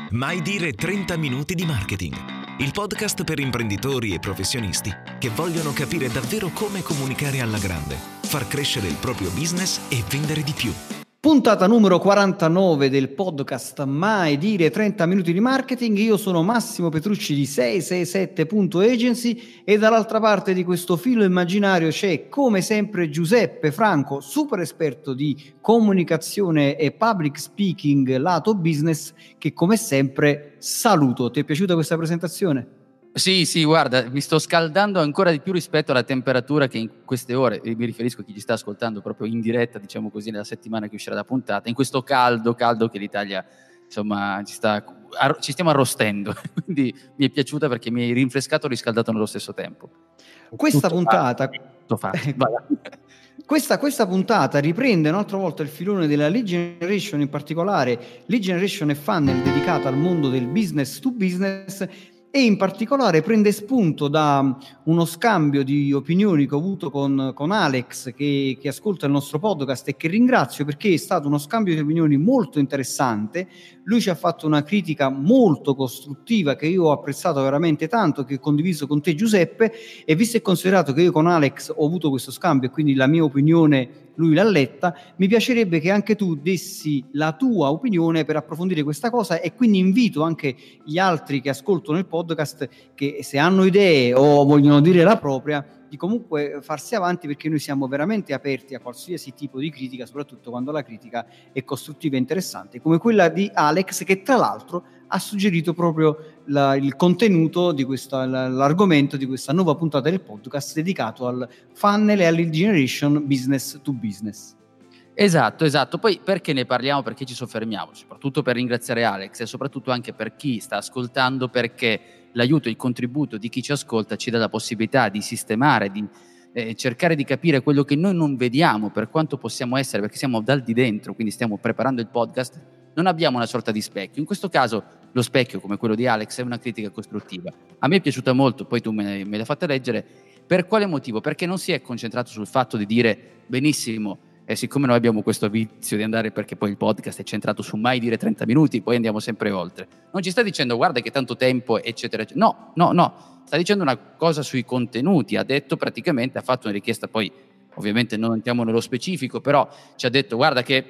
Mai dire 30 minuti di marketing. Il podcast per imprenditori e professionisti che vogliono capire davvero come comunicare alla grande, far crescere il proprio business e vendere di più. Puntata numero 49 del podcast Mai dire 30 minuti di marketing. Io sono Massimo Petrucci di 667.agency e dall'altra parte di questo filo immaginario c'è come sempre Giuseppe Franco, super esperto di comunicazione e public speaking lato business, che come sempre saluto. Ti è piaciuta questa presentazione? Sì, guarda, mi sto scaldando ancora di più rispetto alla temperatura che in queste ore, e mi riferisco a chi ci sta ascoltando proprio in diretta, diciamo così, nella settimana che uscirà la puntata, in questo caldo che l'Italia, insomma, ci stiamo arrostendo, quindi mi è piaciuta perché mi hai rinfrescato e riscaldato nello stesso tempo. Questa puntata riprende un'altra volta il filone della lead generation, in particolare lead generation e funnel dedicata al mondo del business to business, e in particolare prende spunto da uno scambio di opinioni che ho avuto con Alex che ascolta il nostro podcast e che ringrazio perché è stato uno scambio di opinioni molto interessante. Lui ci ha fatto una critica molto costruttiva che io ho apprezzato veramente tanto, che ho condiviso con te Giuseppe, e visto e considerato che io con Alex ho avuto questo scambio e quindi la mia opinione lui l'ha letta, mi piacerebbe che anche tu dessi la tua opinione per approfondire questa cosa, e quindi invito anche gli altri che ascoltano il podcast che se hanno idee o vogliono dire la propria di comunque farsi avanti, perché noi siamo veramente aperti a qualsiasi tipo di critica, soprattutto quando la critica è costruttiva e interessante, come quella di Alex, che tra l'altro ha suggerito proprio il contenuto di l'argomento di questa nuova puntata del podcast dedicato al funnel e alla lead generation business to business. Esatto. Poi perché ne parliamo? Perché ci soffermiamo? Soprattutto per ringraziare Alex e soprattutto anche per chi sta ascoltando, perché l'aiuto e il contributo di chi ci ascolta ci dà la possibilità di sistemare, di cercare di capire quello che noi non vediamo, per quanto possiamo essere, perché siamo dal di dentro, quindi stiamo preparando il podcast, non abbiamo una sorta di specchio. In questo caso lo specchio, come quello di Alex, è una critica costruttiva. A me è piaciuta molto, poi tu me l'hai fatta leggere. Per quale motivo? Perché non si è concentrato sul fatto di dire benissimo, siccome noi abbiamo questo vizio di andare, perché poi il podcast è centrato su mai dire 30 minuti, poi andiamo sempre oltre. Non ci sta dicendo guarda che tanto tempo, eccetera. No. Sta dicendo una cosa sui contenuti. Ha detto praticamente, ha fatto una richiesta, poi ovviamente non entriamo nello specifico, però ci ha detto guarda che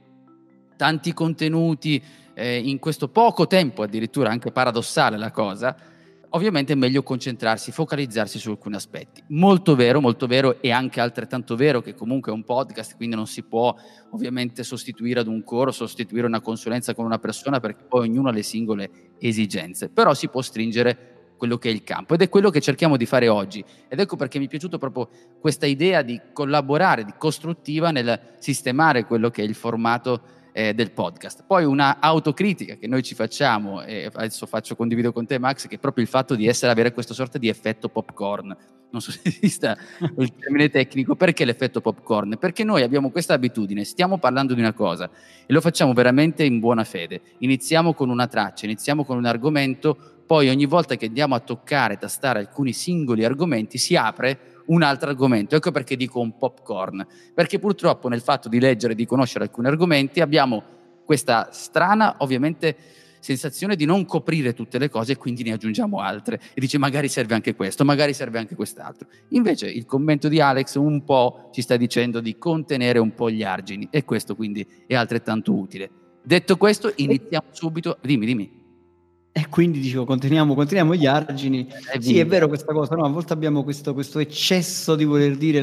tanti contenuti in questo poco tempo, addirittura anche paradossale la cosa. Ovviamente è meglio concentrarsi, focalizzarsi su alcuni aspetti. Molto vero, e anche altrettanto vero che comunque è un podcast, quindi non si può ovviamente sostituire ad un corso, sostituire una consulenza con una persona, perché poi ognuno ha le singole esigenze, però si può stringere quello che è il campo, ed è quello che cerchiamo di fare oggi. Ed ecco perché mi è piaciuto proprio questa idea di collaborare, di costruttiva nel sistemare quello che è il formato del podcast. Poi una autocritica che noi ci facciamo, e adesso condivido con te Max, che è proprio il fatto di avere questa sorta di effetto popcorn. Non so se esista il termine tecnico. Perché l'effetto popcorn? Perché noi abbiamo questa abitudine, stiamo parlando di una cosa e lo facciamo veramente in buona fede. Iniziamo con una traccia, iniziamo con un argomento, poi ogni volta che andiamo a toccare, tastare alcuni singoli argomenti, si apre un altro argomento. Ecco perché dico un popcorn, perché purtroppo nel fatto di leggere e di conoscere alcuni argomenti abbiamo questa strana, ovviamente, sensazione di non coprire tutte le cose, e quindi ne aggiungiamo altre e dice magari serve anche questo, magari serve anche quest'altro. Invece il commento di Alex un po' ci sta dicendo di contenere un po' gli argini, e questo quindi è altrettanto utile. Detto questo, iniziamo subito. Dimmi. E quindi dicevo, conteniamo gli argini. Sì, è vero questa cosa, no? A volte abbiamo questo eccesso di voler dire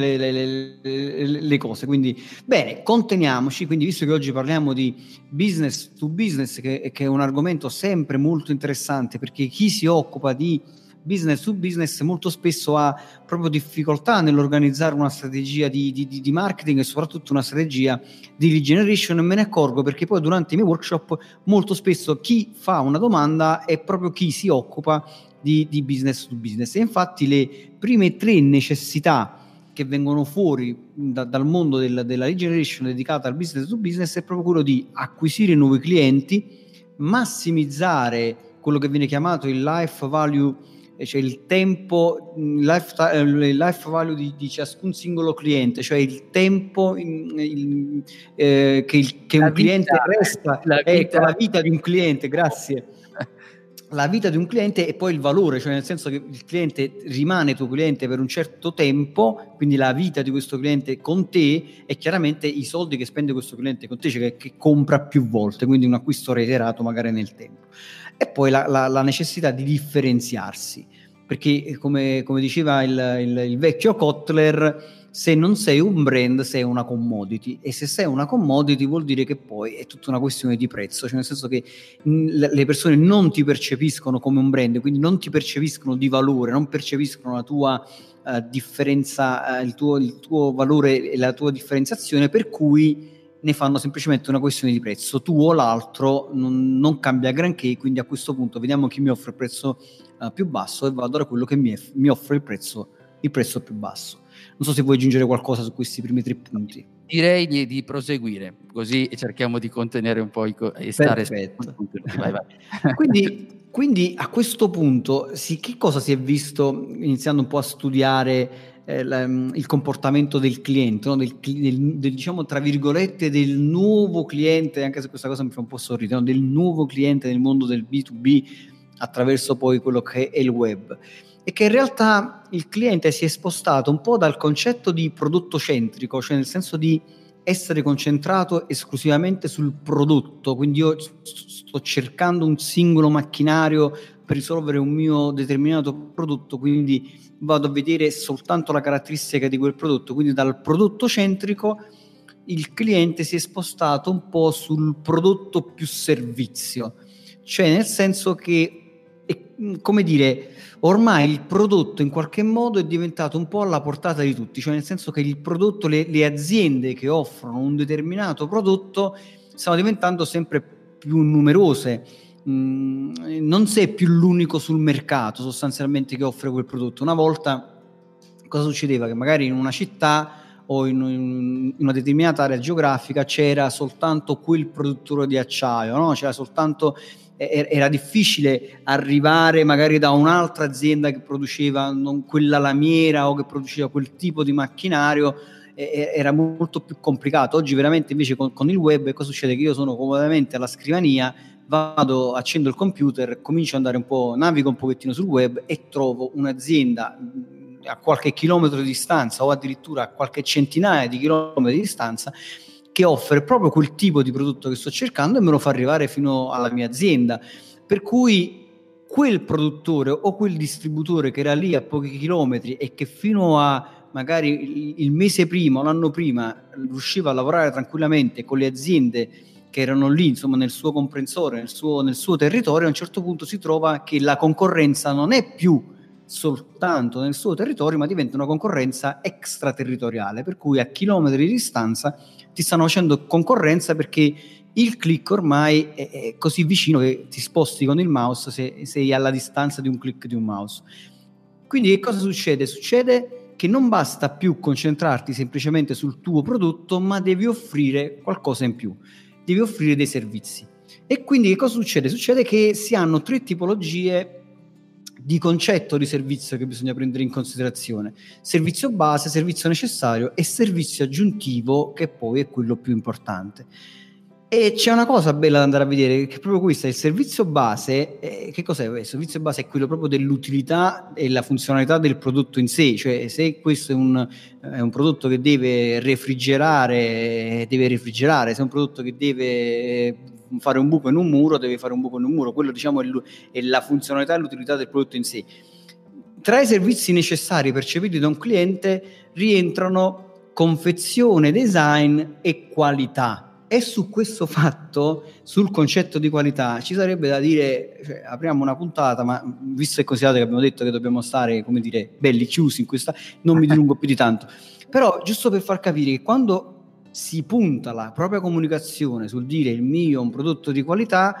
le cose, quindi bene, conteniamoci. Quindi, visto che oggi parliamo di business to business, che è un argomento sempre molto interessante, perché chi si occupa di business to business molto spesso ha proprio difficoltà nell'organizzare una strategia di marketing e soprattutto una strategia di lead generation, e me ne accorgo perché poi durante i miei workshop molto spesso chi fa una domanda è proprio chi si occupa di business to business. E infatti le prime 3 necessità che vengono fuori dal mondo della lead generation dedicata al business to business è proprio quello di acquisire nuovi clienti, massimizzare quello che viene chiamato il life value c'è il tempo, il life value di ciascun singolo cliente, cioè il tempo che un cliente resta, la vita di un cliente, grazie. La vita di un cliente e poi il valore, cioè nel senso che il cliente rimane tuo cliente per un certo tempo, quindi la vita di questo cliente con te e chiaramente i soldi che spende questo cliente con te, cioè che compra più volte, quindi un acquisto reiterato magari nel tempo. E poi la necessità di differenziarsi, perché come diceva il vecchio Kotler, se non sei un brand sei una commodity, e se sei una commodity vuol dire che poi è tutta una questione di prezzo, cioè nel senso che le persone non ti percepiscono come un brand, quindi non ti percepiscono di valore, non percepiscono la tua differenza, il tuo valore e la tua differenziazione, per cui ne fanno semplicemente una questione di prezzo. Tu o l'altro non cambia granché, quindi a questo punto vediamo chi mi offre il prezzo più basso e vado da quello che mi offre il prezzo più basso. Non so se vuoi aggiungere qualcosa su questi primi 3 punti. Direi di proseguire, così cerchiamo di contenere un po' e stare Quindi a questo punto che cosa si è visto iniziando un po' a studiare il comportamento del cliente, no? del diciamo tra virgolette del nuovo cliente, anche se questa cosa mi fa un po' sorridere, no? Del nuovo cliente nel mondo del B2B attraverso poi quello che è il web. E che in realtà il cliente si è spostato un po' dal concetto di prodotto centrico, cioè nel senso di essere concentrato esclusivamente sul prodotto, quindi io sto cercando un singolo macchinario per risolvere un mio determinato prodotto, quindi vado a vedere soltanto la caratteristica di quel prodotto, quindi dal prodotto centrico il cliente si è spostato un po' sul prodotto più servizio, cioè nel senso che come dire, ormai il prodotto in qualche modo è diventato un po' alla portata di tutti, cioè nel senso che il prodotto, le aziende che offrono un determinato prodotto stanno diventando sempre più numerose, non sei più l'unico sul mercato sostanzialmente che offre quel prodotto. Una volta cosa succedeva? Che magari in una città o in una determinata area geografica c'era soltanto quel produttore di acciaio, no? C'era soltanto era difficile arrivare magari da un'altra azienda che produceva quella lamiera o che produceva quel tipo di macchinario, era molto più complicato. Oggi veramente invece con il web cosa succede? Che io sono comodamente alla scrivania, accendo il computer, comincio ad andare navigo un pochettino sul web e trovo un'azienda a qualche chilometro di distanza o addirittura a qualche centinaia di chilometri di distanza che offre proprio quel tipo di prodotto che sto cercando e me lo fa arrivare fino alla mia azienda, per cui quel produttore o quel distributore che era lì a pochi chilometri e che fino a magari il mese prima o l'anno prima riusciva a lavorare tranquillamente con le aziende che erano lì, insomma, nel suo comprensore, nel suo territorio, a un certo punto si trova che la concorrenza non è più soltanto nel suo territorio, ma diventa una concorrenza extraterritoriale, per cui a chilometri di distanza ti stanno facendo concorrenza perché il click ormai è così vicino che ti sposti con il mouse se sei alla distanza di un click di un mouse. Quindi che cosa succede? Succede che non basta più concentrarti semplicemente sul tuo prodotto, ma devi offrire qualcosa in più, devi offrire dei servizi. E quindi che cosa succede? Succede che si hanno 3 tipologie di concetto di servizio che bisogna prendere in considerazione: servizio base, servizio necessario e servizio aggiuntivo, che poi è quello più importante. E c'è una cosa bella da andare a vedere, che proprio questa, il servizio base, che cos'è? Il servizio base è quello proprio dell'utilità e la funzionalità del prodotto in sé, cioè se questo è un prodotto che deve refrigerare, se è un prodotto che deve fare un buco in un muro, deve fare un buco in un muro, quello diciamo è la funzionalità e l'utilità del prodotto in sé. Tra i servizi necessari percepiti da un cliente rientrano confezione, design e qualità. E su questo fatto, sul concetto di qualità, ci sarebbe da dire, cioè, apriamo una puntata, ma visto e considerato che abbiamo detto che dobbiamo stare, come dire, belli chiusi in questa, non mi dilungo più di tanto. Però giusto per far capire che quando si punta la propria comunicazione sul dire il mio è un prodotto di qualità,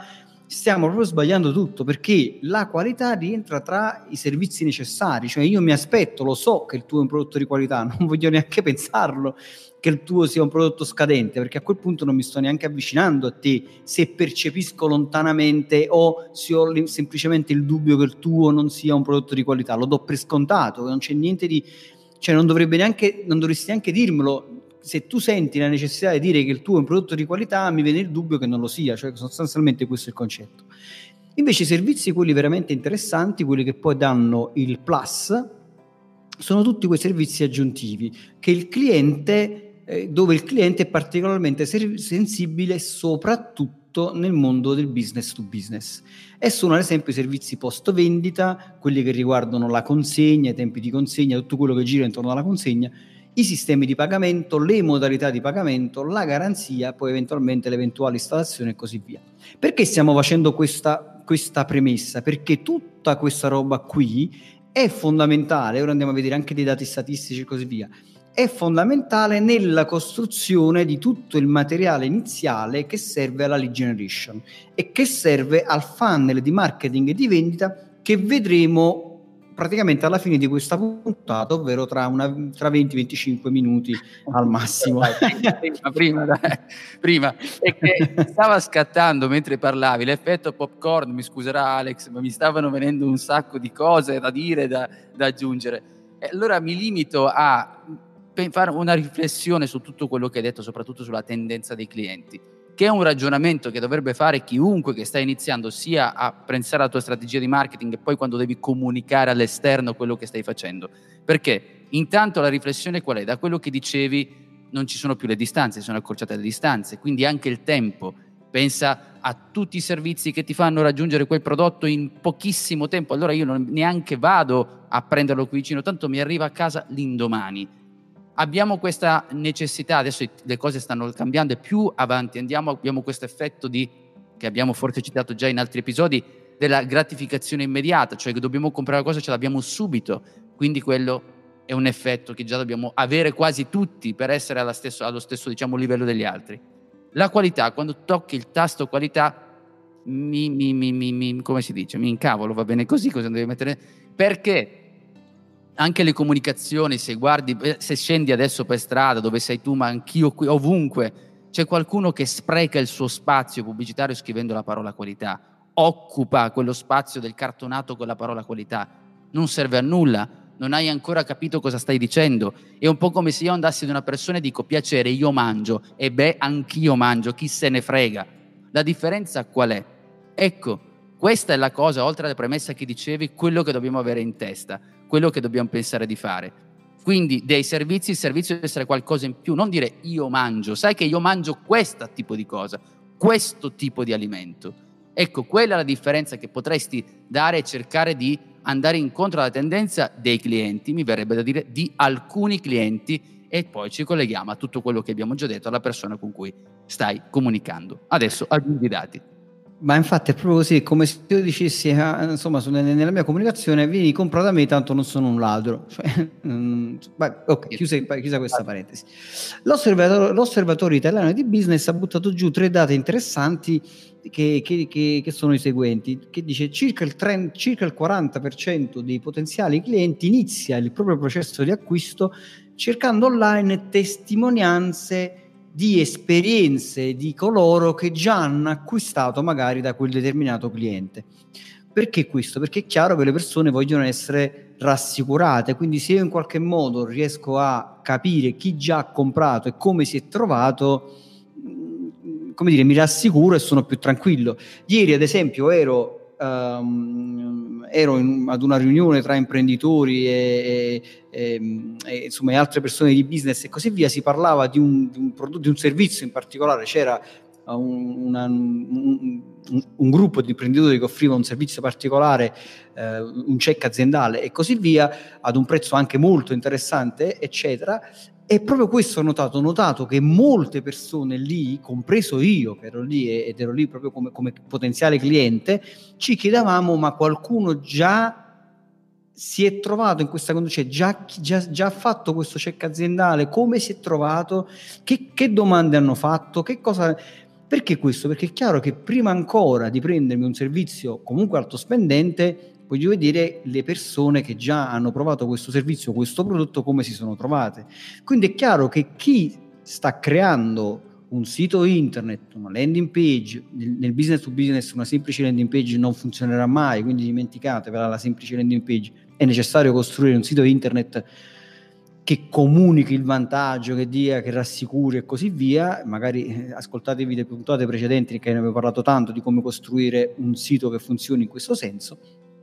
stiamo proprio sbagliando tutto, perché la qualità rientra tra i servizi necessari. Cioè io mi aspetto, lo so che il tuo è un prodotto di qualità, non voglio neanche pensarlo che il tuo sia un prodotto scadente, perché a quel punto non mi sto neanche avvicinando a te se percepisco lontanamente o se ho semplicemente il dubbio che il tuo non sia un prodotto di qualità. Lo do per scontato, non c'è niente di... cioè non dovresti neanche dirmelo. Se tu senti la necessità di dire che il tuo è un prodotto di qualità, mi viene il dubbio che non lo sia, cioè sostanzialmente questo è il concetto. Invece i servizi, quelli veramente interessanti, quelli che poi danno il plus, sono tutti quei servizi aggiuntivi che il cliente, dove il cliente è particolarmente sensibile, soprattutto nel mondo del business to business. E sono ad esempio i servizi post vendita, quelli che riguardano la consegna, i tempi di consegna, tutto quello che gira intorno alla consegna, i sistemi di pagamento, le modalità di pagamento, la garanzia, poi eventualmente l'eventuale installazione e così via. Perché stiamo facendo questa premessa? Perché tutta questa roba qui è fondamentale, ora andiamo a vedere anche dei dati statistici e così via, è fondamentale nella costruzione di tutto il materiale iniziale che serve alla lead generation e che serve al funnel di marketing e di vendita che vedremo praticamente alla fine di questa puntata, ovvero tra 20-25 minuti al massimo. Prima è che stava scattando mentre parlavi l'effetto popcorn, mi scuserà Alex, ma mi stavano venendo un sacco di cose da dire, da aggiungere, e allora mi limito a fare una riflessione su tutto quello che hai detto, soprattutto sulla tendenza dei clienti, che è un ragionamento che dovrebbe fare chiunque che sta iniziando, sia a pensare alla tua strategia di marketing e poi quando devi comunicare all'esterno quello che stai facendo. Perché intanto la riflessione qual è? Da quello che dicevi, non ci sono più le distanze, si sono accorciate le distanze, quindi anche il tempo. Pensa a tutti i servizi che ti fanno raggiungere quel prodotto in pochissimo tempo, allora io non neanche vado a prenderlo qui vicino, tanto mi arriva a casa l'indomani. Abbiamo questa necessità, adesso le cose stanno cambiando e più avanti andiamo, abbiamo questo effetto che abbiamo forse citato già in altri episodi, della gratificazione immediata, cioè che dobbiamo comprare la cosa, ce l'abbiamo subito, quindi quello è un effetto che già dobbiamo avere quasi tutti per essere allo stesso diciamo livello degli altri. La qualità, quando tocchi il tasto qualità, come si dice, mi incavolo, va bene così, cosa devi mettere? Perché anche le comunicazioni, se scendi adesso per strada dove sei tu, ma anch'io qui, ovunque c'è qualcuno che spreca il suo spazio pubblicitario scrivendo la parola qualità, occupa quello spazio del cartonato con la parola qualità, non serve a nulla, non hai ancora capito cosa stai dicendo. È un po' come se io andassi da una persona e dico piacere, io mangio, e beh anch'io mangio, chi se ne frega. La differenza qual è? Ecco, questa è la cosa, oltre alla premessa che dicevi, quello che dobbiamo avere in testa, quello che dobbiamo pensare di fare. Quindi dei servizi, il servizio deve essere qualcosa in più, non dire io mangio, sai che io mangio questo tipo di cosa, questo tipo di alimento. Ecco, quella è la differenza che potresti dare e cercare di andare incontro alla tendenza dei clienti, mi verrebbe da dire di alcuni clienti, e poi ci colleghiamo a tutto quello che abbiamo già detto alla persona con cui stai comunicando. Adesso aggiungi i dati. Ma infatti è proprio così, come se io dicessi, insomma, nella mia comunicazione, vieni, compra da me, tanto non sono un ladro. Cioè, ok, chiusa questa parentesi. L'osservatorio italiano di business ha buttato giù 3 dati interessanti che sono i seguenti, che dice circa il 40% dei potenziali clienti inizia il proprio processo di acquisto cercando online testimonianze di esperienze di coloro che già hanno acquistato magari da quel determinato cliente. Perché questo? Perché è chiaro che le persone vogliono essere rassicurate, quindi se io in qualche modo riesco a capire chi già ha comprato e come si è trovato, come dire, mi rassicuro e sono più tranquillo. Ieri ad esempio ero ad una riunione tra imprenditori e insomma e altre persone di business e così via. Si parlava di un prodotto, di un servizio in particolare. C'era un gruppo di imprenditori che offriva un servizio particolare, un check aziendale e così via, ad un prezzo anche molto interessante, eccetera. E proprio questo ho notato che molte persone lì, compreso io che ero lì ed ero lì proprio come potenziale cliente, ci chiedevamo: ma qualcuno già si è trovato in questa condizione, già ha fatto questo check aziendale, come si è trovato, che domande hanno fatto, che cosa... Perché questo? Perché è chiaro che prima ancora di prendermi un servizio comunque alto spendente, voglio vedere le persone che già hanno provato questo servizio, questo prodotto, come si sono trovate. Quindi è chiaro che chi sta creando un sito internet, una landing page, nel business to business una semplice landing page non funzionerà mai, quindi dimenticatevela la semplice landing page, è necessario costruire un sito internet che comunichi il vantaggio, che dia, che rassicuri e così via. Magari ascoltatevi le puntate precedenti, che ne avevo parlato tanto di come costruire un sito che funzioni in questo senso.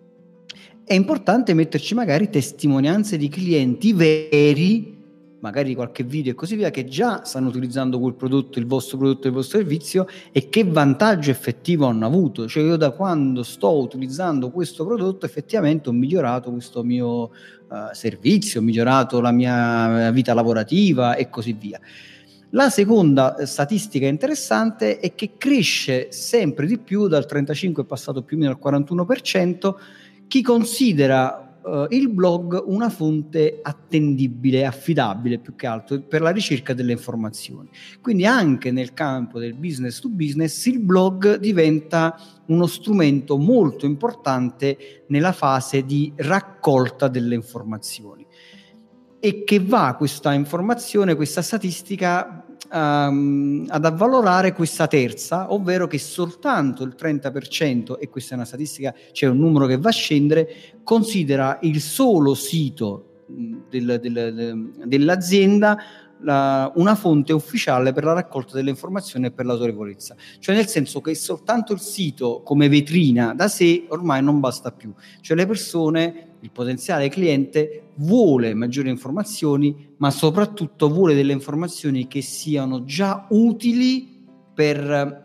È importante metterci magari testimonianze di clienti veri, magari qualche video e così via, che già stanno utilizzando quel prodotto, il vostro servizio, e che vantaggio effettivo hanno avuto. Cioè, io da quando sto utilizzando questo prodotto effettivamente ho migliorato questo mio servizio, ho migliorato la mia vita lavorativa e così via. La seconda statistica interessante è che cresce sempre di più, dal 35 è passato più o meno al 41%, chi considera il blog una fonte attendibile, affidabile più che altro per la ricerca delle informazioni. Quindi anche nel campo del business to business il blog diventa uno strumento molto importante nella fase di raccolta delle informazioni, e che va questa informazione, questa statistica ad avvalorare questa terza, ovvero che soltanto il 30%, e questa è una statistica, c'è un numero che va a scendere, considera il solo sito dell'azienda una fonte ufficiale per la raccolta delle informazioni e per l'autorevolezza. Cioè, nel senso che soltanto il sito come vetrina da sé ormai non basta più. Cioè, le persone, il potenziale cliente vuole maggiori informazioni, ma soprattutto vuole delle informazioni che siano già utili per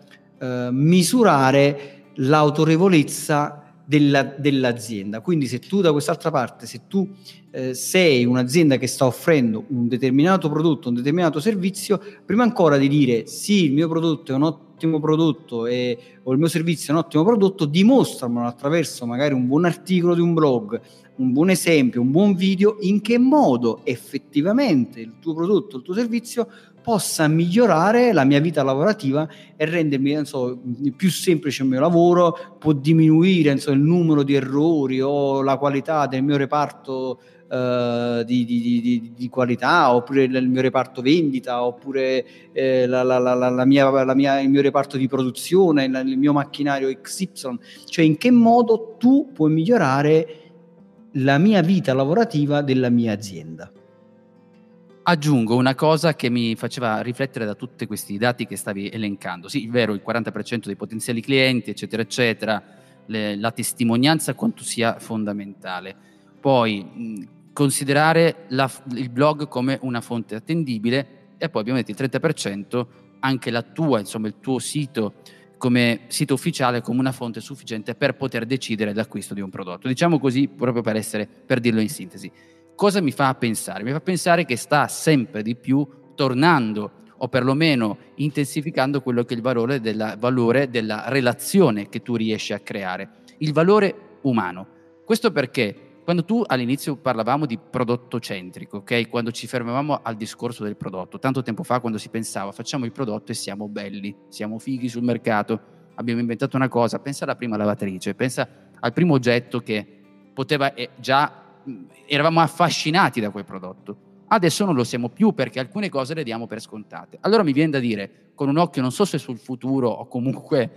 misurare l'autorevolezza dell'azienda. Quindi se tu da quest'altra parte, se tu sei un'azienda che sta offrendo un determinato prodotto, un determinato servizio, prima ancora di dire sì, il mio prodotto è un ottimo prodotto o il mio servizio è un ottimo prodotto, dimostramelo attraverso magari un buon articolo di un blog, un buon esempio, un buon video, in che modo effettivamente il tuo prodotto, il tuo servizio possa migliorare la mia vita lavorativa e rendermi, non so, più semplice il mio lavoro, può diminuire, non so, il numero di errori o la qualità del mio reparto di qualità, oppure il mio reparto vendita, oppure il mio reparto di produzione, il mio macchinario XY. Cioè, in che modo tu puoi migliorare la mia vita lavorativa della mia azienda. Aggiungo una cosa che mi faceva riflettere da tutti questi dati che stavi elencando. Sì, è vero, il 40% dei potenziali clienti, eccetera, eccetera, la testimonianza quanto sia fondamentale. Poi considerare il blog come una fonte attendibile, e poi abbiamo detto il 30% anche la tua, insomma, il tuo sito come sito ufficiale, come una fonte sufficiente per poter decidere l'acquisto di un prodotto. Diciamo così, proprio per dirlo in sintesi. Cosa mi fa pensare? Mi fa pensare che sta sempre di più tornando, o perlomeno intensificando quello che è il valore della relazione che tu riesci a creare, il valore umano. Questo perché quando tu all'inizio parlavamo di prodotto centrico, ok? Quando ci fermavamo al discorso del prodotto, tanto tempo fa, quando si pensava facciamo il prodotto e siamo belli, siamo fighi sul mercato, abbiamo inventato una cosa, pensa alla prima lavatrice, pensa al primo oggetto che poteva già eravamo affascinati da quel prodotto. Adesso non lo siamo più, perché alcune cose le diamo per scontate. Allora mi viene da dire, con un occhio non so se sul futuro o comunque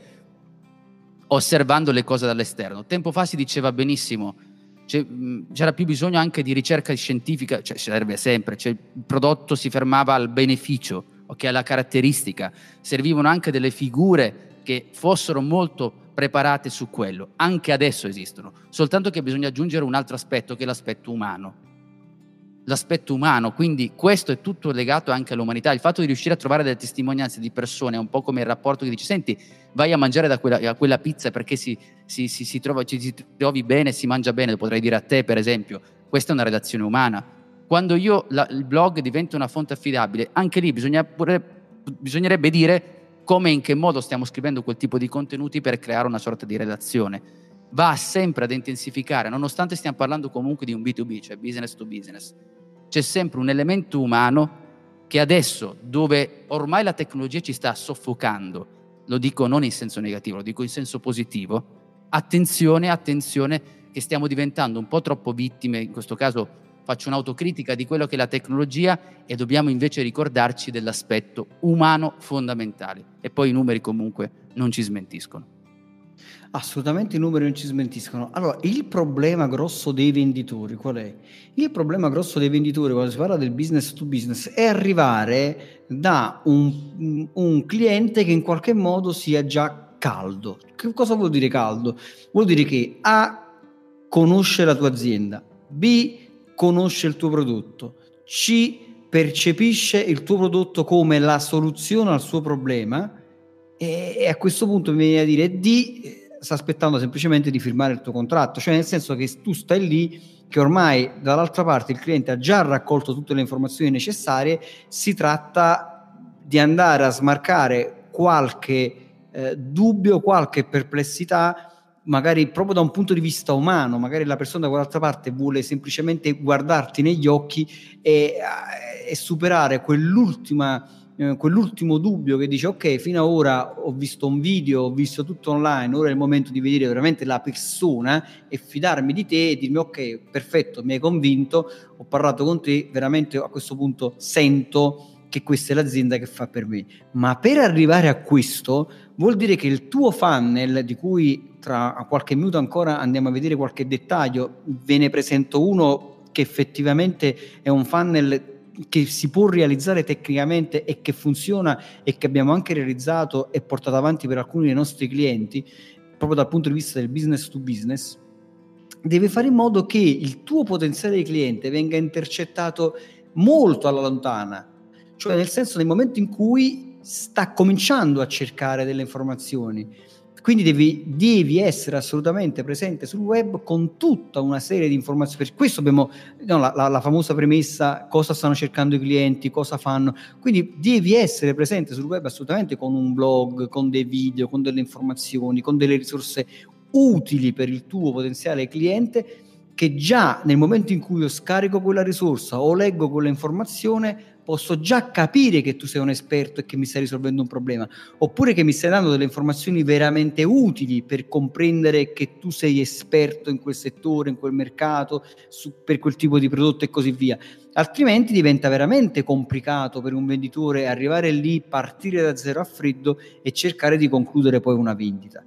osservando le cose dall'esterno, tempo fa si diceva benissimo, c'era più bisogno anche di ricerca scientifica, cioè serve sempre, cioè il prodotto si fermava al beneficio, ok, alla caratteristica, servivano anche delle figure che fossero molto preparate su quello. Anche adesso esistono, soltanto che bisogna aggiungere un altro aspetto, che è l'aspetto umano. L'aspetto umano, quindi questo è tutto legato anche all'umanità, il fatto di riuscire a trovare delle testimonianze di persone, è un po' come il rapporto che dici, senti, vai a mangiare da quella pizza perché ci si trovi bene, si mangia bene, lo potrei dire a te per esempio. Questa è una relazione umana. Quando il blog diventa una fonte affidabile, anche lì bisognerebbe dire come e in che modo stiamo scrivendo quel tipo di contenuti per creare una sorta di relazione. Va sempre ad intensificare, nonostante stiamo parlando comunque di un B2B, cioè business to business. C'è sempre un elemento umano che adesso, dove ormai la tecnologia ci sta soffocando, lo dico non in senso negativo, lo dico in senso positivo, attenzione che stiamo diventando un po' troppo vittime, in questo caso faccio un'autocritica di quello che è la tecnologia, e dobbiamo invece ricordarci dell'aspetto umano fondamentale, e poi i numeri comunque non ci smentiscono. Assolutamente i numeri non ci smentiscono. Allora, il problema grosso dei venditori qual è? Il problema grosso dei venditori quando si parla del business to business è arrivare da un cliente che in qualche modo sia già caldo. Che cosa vuol dire caldo? Vuol dire che A, conosce la tua azienda, B, conosce il tuo prodotto, C, percepisce il tuo prodotto come la soluzione al suo problema, e a questo punto mi viene a dire D, sta aspettando semplicemente di firmare il tuo contratto, cioè nel senso che tu stai lì, che ormai dall'altra parte il cliente ha già raccolto tutte le informazioni necessarie, si tratta di andare a smarcare qualche dubbio, qualche perplessità, magari proprio da un punto di vista umano, magari la persona da quell'altra parte vuole semplicemente guardarti negli occhi e superare quell'ultimo dubbio che dice ok, fino ad ora ho visto un video, ho visto tutto online, ora è il momento di vedere veramente la persona e fidarmi di te e dirmi ok, perfetto, mi hai convinto, ho parlato con te, veramente a questo punto sento che questa è l'azienda che fa per me. Ma per arrivare a questo vuol dire che il tuo funnel, di cui tra qualche minuto ancora andiamo a vedere qualche dettaglio, ve ne presento uno che effettivamente è un funnel che si può realizzare tecnicamente e che funziona e che abbiamo anche realizzato e portato avanti per alcuni dei nostri clienti, proprio dal punto di vista del business to business, deve fare in modo che il tuo potenziale cliente venga intercettato molto alla lontana, cioè nel senso nel momento in cui sta cominciando a cercare delle informazioni. Quindi devi essere assolutamente presente sul web con tutta una serie di informazioni. Per questo abbiamo la famosa premessa: cosa stanno cercando i clienti, cosa fanno. Quindi devi essere presente sul web assolutamente con un blog, con dei video, con delle informazioni, con delle risorse utili per il tuo potenziale cliente, che già nel momento in cui io scarico quella risorsa o leggo quella informazione posso già capire che tu sei un esperto e che mi stai risolvendo un problema, oppure che mi stai dando delle informazioni veramente utili per comprendere che tu sei esperto in quel settore, in quel mercato, per quel tipo di prodotto e così via. Altrimenti diventa veramente complicato per un venditore arrivare lì, partire da zero a freddo e cercare di concludere poi una vendita.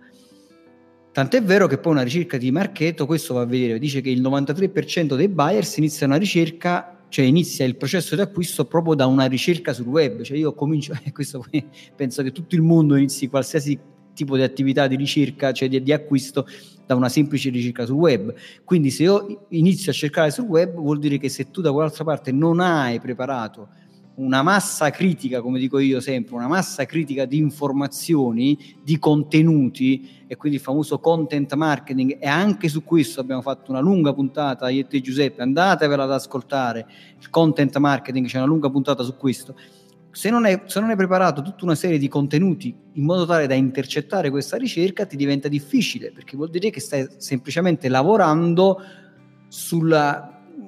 Tant'è vero che poi una ricerca di Marketo, questo va a vedere, dice che il 93% dei buyers inizia una ricerca, cioè inizia il processo di acquisto proprio da una ricerca sul web. Cioè io comincio, questo penso che tutto il mondo inizi qualsiasi tipo di attività di ricerca, cioè di acquisto, da una semplice ricerca sul web. Quindi se io inizio a cercare sul web, vuol dire che se tu da quell'altra parte non hai preparato una massa critica, come dico io sempre, una massa critica di informazioni, di contenuti, e quindi il famoso content marketing, e anche su questo abbiamo fatto una lunga puntata, io e te Giuseppe, andatevela ad ascoltare, il content marketing, c'è una lunga puntata su questo. Se non hai preparato tutta una serie di contenuti in modo tale da intercettare questa ricerca, ti diventa difficile, perché vuol dire che stai semplicemente lavorando sul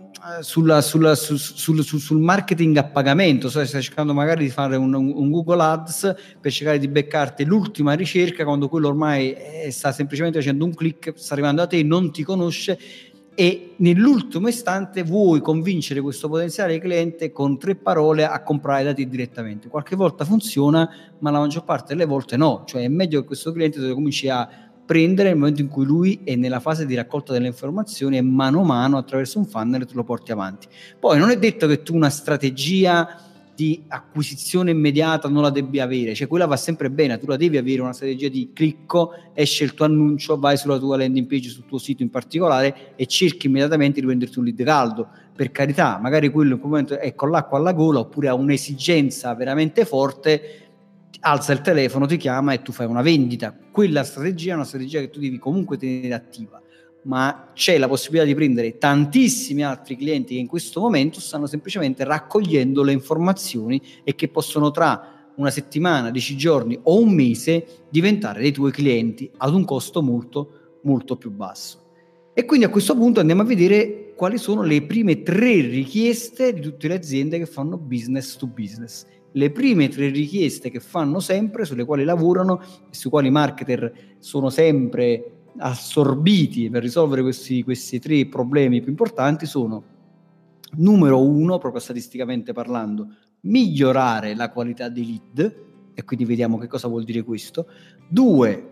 marketing a pagamento. Stai cercando magari di fare un Google Ads per cercare di beccarti l'ultima ricerca, quando quello ormai sta semplicemente facendo un click, sta arrivando a te, non ti conosce, e nell'ultimo istante vuoi convincere questo potenziale cliente con 3 parole a comprare da te direttamente. Qualche volta funziona, ma la maggior parte delle volte no. Cioè è meglio che questo cliente te lo cominci a prendere nel momento in cui lui è nella fase di raccolta delle informazioni, e mano a mano attraverso un funnel te lo porti avanti. Poi non è detto che tu una strategia di acquisizione immediata non la debbia avere, cioè quella va sempre bene, tu la devi avere, una strategia di clicco, esce il tuo annuncio, vai sulla tua landing page, sul tuo sito in particolare, e cerchi immediatamente di venderti un lead caldo. Per carità, magari quello in quel momento è con l'acqua alla gola, oppure ha un'esigenza veramente forte, alza il telefono, ti chiama e tu fai una vendita. Quella strategia è una strategia che tu devi comunque tenere attiva, ma c'è la possibilità di prendere tantissimi altri clienti che in questo momento stanno semplicemente raccogliendo le informazioni e che possono tra una settimana, 10 giorni o un mese diventare dei tuoi clienti ad un costo molto molto più basso. E quindi a questo punto andiamo a vedere quali sono le prime 3 richieste di tutte le aziende che fanno business to business. le prime 3 richieste che fanno sempre, sulle quali lavorano e sui quali i marketer sono sempre assorbiti per risolvere questi 3 problemi più importanti sono: numero 1, proprio statisticamente parlando, migliorare la qualità dei lead, e quindi vediamo che cosa vuol dire questo. 2,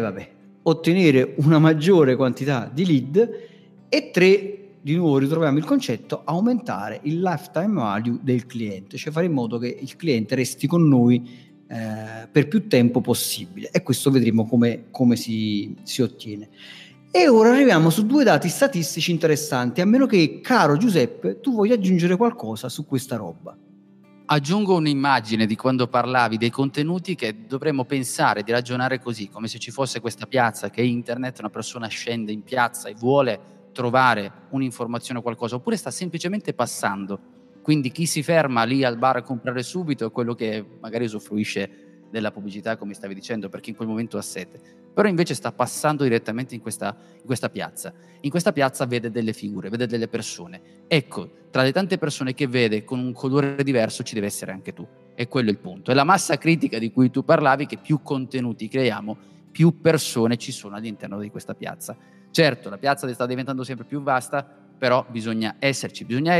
ottenere una maggiore quantità di lead. E 3, di nuovo ritroviamo il concetto, aumentare il lifetime value del cliente, cioè fare in modo che il cliente resti con noi per più tempo possibile, e questo vedremo come si ottiene. E ora arriviamo su 2 dati statistici interessanti, a meno che, caro Giuseppe, tu voglia aggiungere qualcosa su questa roba. Aggiungo un'immagine di quando parlavi dei contenuti, che dovremmo pensare di ragionare così, come se ci fosse questa piazza che è internet, una persona scende in piazza e vuole trovare un'informazione o qualcosa, oppure sta semplicemente passando. Quindi chi si ferma lì al bar a comprare subito è quello che magari usufruisce della pubblicità, come stavi dicendo, perché in quel momento ha sete. Però invece sta passando direttamente in questa piazza. In questa piazza vede delle figure, vede delle persone. Ecco, tra le tante persone che vede con un colore diverso ci deve essere anche tu. E quello è il punto. È la massa critica di cui tu parlavi, che più contenuti creiamo, più persone ci sono all'interno di questa piazza. Certo, la piazza sta diventando sempre più vasta, però bisogna esserci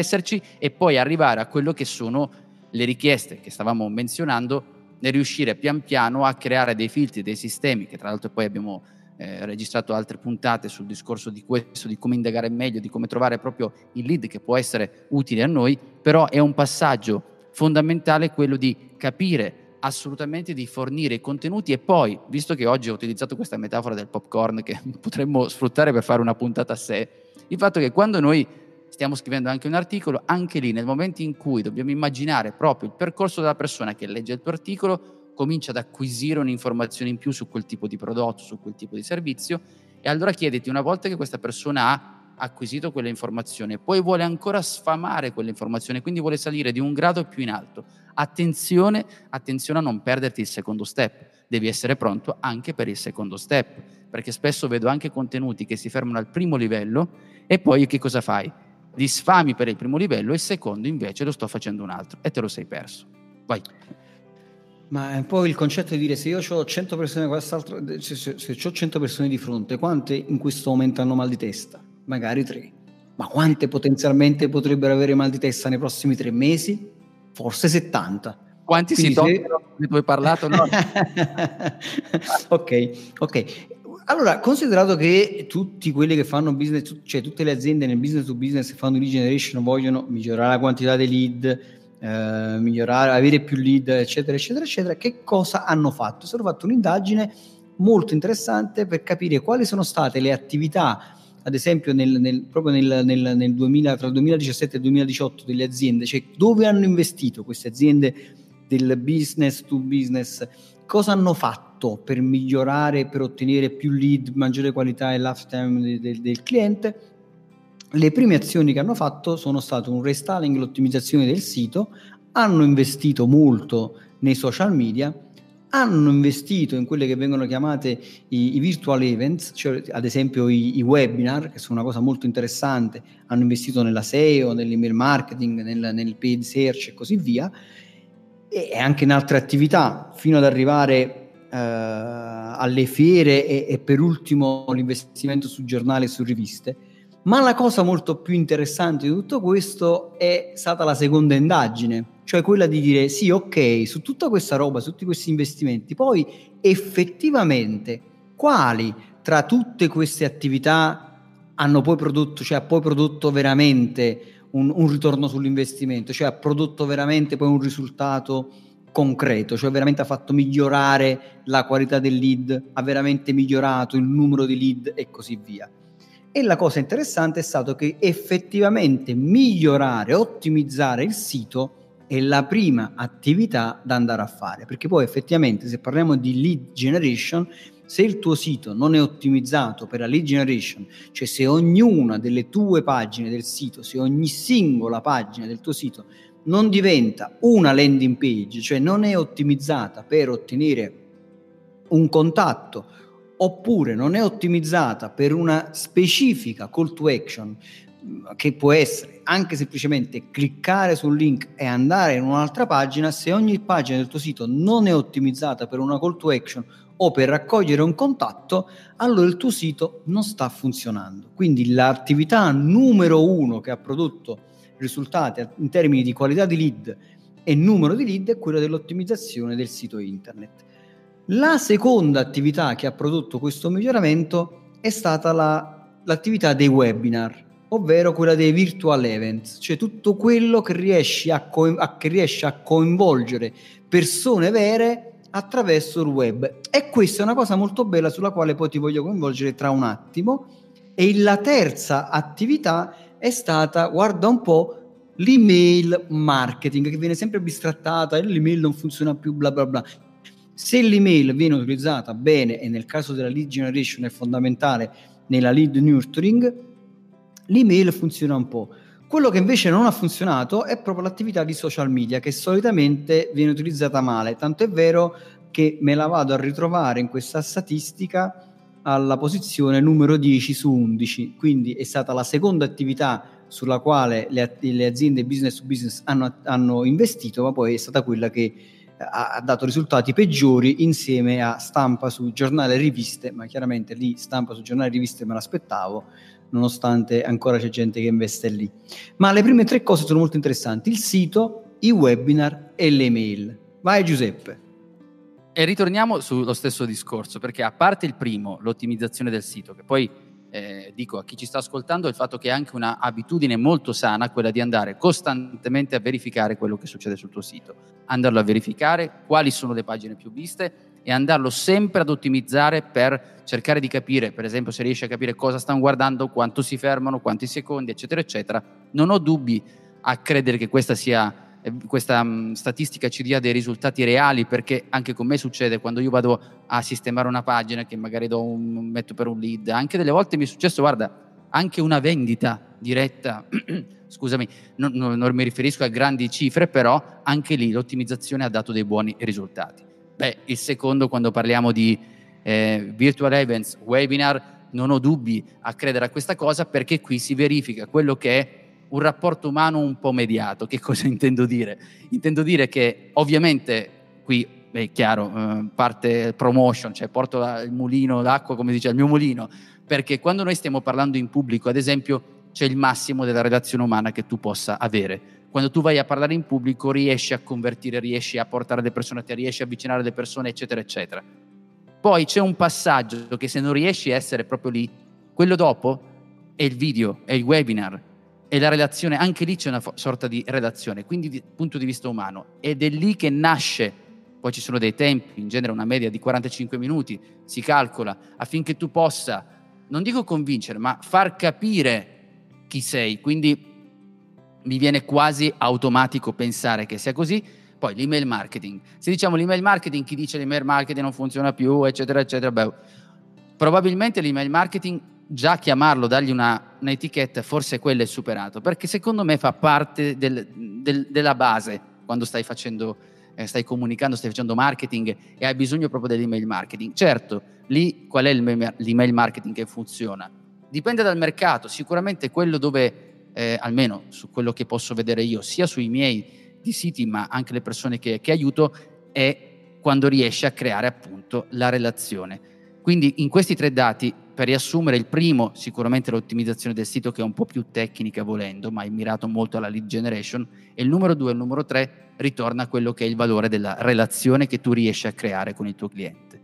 e poi arrivare a quello che sono le richieste che stavamo menzionando, nel riuscire pian piano a creare dei filtri, dei sistemi, che tra l'altro poi abbiamo registrato altre puntate sul discorso di questo, di come indagare meglio, di come trovare proprio il lead che può essere utile a noi. Però è un passaggio fondamentale quello di capire assolutamente, di fornire i contenuti. E poi, visto che oggi ho utilizzato questa metafora del popcorn, che potremmo sfruttare per fare una puntata a sé, il fatto che quando noi stiamo scrivendo anche un articolo, anche lì, nel momento in cui dobbiamo immaginare proprio il percorso della persona che legge il tuo articolo, comincia ad acquisire un'informazione in più su quel tipo di prodotto, su quel tipo di servizio, e allora chiediti, una volta che questa persona ha acquisito quella informazione, poi vuole ancora sfamare quell'informazione, quindi vuole salire di un grado più in alto, attenzione a non perderti il secondo step. Devi essere pronto anche per il secondo step, perché spesso vedo anche contenuti che si fermano al primo livello e poi che cosa fai? Li sfami per il primo livello e il secondo invece lo sto facendo un altro e te lo sei perso. Vai. Ma è un po' il concetto di dire: se io ho 100 persone, se ho 100 persone di fronte, quante in questo momento hanno mal di testa? Magari 3. Ma quante potenzialmente potrebbero avere mal di testa nei prossimi 3 mesi? Forse 70. Quanti quindi si toccano di cui hai parlato? No. Ok. Allora, considerato che tutti quelli che fanno business, cioè tutte le aziende nel business to business che fanno lead generation vogliono migliorare la quantità dei lead, migliorare, avere più lead, eccetera, che cosa hanno fatto? Sono fatto un'indagine molto interessante per capire quali sono state le attività, ad esempio proprio nel 2000, tra il 2017 e il 2018, delle aziende, cioè dove hanno investito queste aziende del business to business, cosa hanno fatto per migliorare, per ottenere più lead, maggiore qualità e lifetime del cliente. Le prime azioni che hanno fatto sono state un restyling, l'ottimizzazione del sito, hanno investito molto nei social media, hanno investito in quelle che vengono chiamate i virtual events, cioè ad esempio i webinar, che sono una cosa molto interessante, hanno investito nella SEO, nell'email marketing, nel paid search e così via, e anche in altre attività, fino ad arrivare alle fiere e per ultimo l'investimento su giornali e su riviste. Ma la cosa molto più interessante di tutto questo è stata la seconda indagine, cioè quella di dire sì, ok, su tutta questa roba, su tutti questi investimenti, poi effettivamente quali tra tutte queste attività hanno poi prodotto veramente un ritorno sull'investimento, cioè ha prodotto veramente poi un risultato concreto, cioè veramente ha fatto migliorare la qualità del lead, ha veramente migliorato il numero di lead e così via. E la cosa interessante è stato che effettivamente migliorare, ottimizzare il sito è la prima attività da andare a fare, perché poi effettivamente, se parliamo di lead generation, se il tuo sito non è ottimizzato per la lead generation, cioè se ognuna delle tue pagine del sito, se ogni singola pagina del tuo sito non diventa una landing page, cioè non è ottimizzata per ottenere un contatto, oppure non è ottimizzata per una specifica call to action, che può essere anche semplicemente cliccare sul link e andare in un'altra pagina. Se ogni pagina del tuo sito non è ottimizzata per una call to action o per raccogliere un contatto, allora il tuo sito non sta funzionando. Quindi l'attività numero 1 che ha prodotto risultati in termini di qualità di lead e numero di lead è quella dell'ottimizzazione del sito internet. La seconda attività che ha prodotto questo miglioramento è stata l'attività dei webinar, ovvero quella dei virtual events, cioè tutto quello che riesce a coinvolgere persone vere attraverso il web. E questa è una cosa molto bella sulla quale poi ti voglio coinvolgere tra un attimo. E la terza attività è stata, guarda un po', l'email marketing, che viene sempre bistrattata, l'email non funziona più, bla bla bla. Se l'email viene utilizzata bene, e nel caso della lead generation è fondamentale nella lead nurturing, l'email funziona un po'. Quello che invece non ha funzionato è proprio l'attività di social media, che solitamente viene utilizzata male, tanto è vero che me la vado a ritrovare in questa statistica alla posizione numero 10 su 11, quindi è stata la seconda attività sulla quale le aziende business to business hanno investito, ma poi è stata quella che ha dato risultati peggiori insieme a stampa su giornali e riviste, ma chiaramente lì stampa su giornali e riviste me l'aspettavo, nonostante ancora c'è gente che investe lì. Ma le prime tre cose sono molto interessanti: il sito, i webinar e le mail. Vai Giuseppe. E ritorniamo sullo stesso discorso, perché a parte il primo, l'ottimizzazione del sito, che poi dico a chi ci sta ascoltando il fatto che è anche una abitudine molto sana quella di andare costantemente a verificare quello che succede sul tuo sito, andarlo a verificare quali sono le pagine più viste e andarlo sempre ad ottimizzare per cercare di capire, per esempio, se riesci a capire cosa stanno guardando, quanto si fermano, quanti secondi, eccetera eccetera. Non ho dubbi a credere che questa statistica ci dia dei risultati reali, perché anche con me succede quando io vado a sistemare una pagina che magari metto per un lead. Anche delle volte mi è successo, guarda, anche una vendita diretta scusami, non mi riferisco a grandi cifre, però anche lì l'ottimizzazione ha dato dei buoni risultati. Il secondo, quando parliamo di virtual events, webinar, non ho dubbi a credere a questa cosa, perché qui si verifica quello che è un rapporto umano un po' mediato. Che cosa intendo dire? Intendo dire che ovviamente qui è chiaro, parte promotion, cioè porto il mulino d'acqua, come dice il mio mulino, perché quando noi stiamo parlando in pubblico, ad esempio, c'è il massimo della relazione umana che tu possa avere. Quando tu vai a parlare in pubblico riesci a convertire, riesci a portare le persone a te, riesci a avvicinare le persone, eccetera eccetera. Poi c'è un passaggio che se non riesci a essere proprio lì, quello dopo è il video, è il webinar, e la relazione, anche lì c'è una sorta di relazione, quindi dal punto di vista umano, ed è lì che nasce. Poi ci sono dei tempi, in genere una media di 45 minuti si calcola, affinché tu possa, non dico convincere, ma far capire chi sei. Quindi mi viene quasi automatico pensare che sia così. Poi l'email marketing, se diciamo l'email marketing, chi dice l'email marketing non funziona più, eccetera eccetera, probabilmente l'email marketing, già chiamarlo, dargli un'etichetta, forse quello è superato, perché secondo me fa parte della base quando stai comunicando, stai facendo marketing e hai bisogno proprio dell'email marketing. Certo, lì qual è l'email marketing che funziona? Dipende dal mercato. Sicuramente quello dove, almeno su quello che posso vedere io, sia sui miei di siti, ma anche le persone che aiuto, è quando riesci a creare appunto la relazione. Quindi in questi tre dati, per riassumere, il primo sicuramente l'ottimizzazione del sito, che è un po' più tecnica volendo, ma è mirato molto alla lead generation, e il numero 2 e il numero 3 ritorna a quello che è il valore della relazione che tu riesci a creare con il tuo cliente.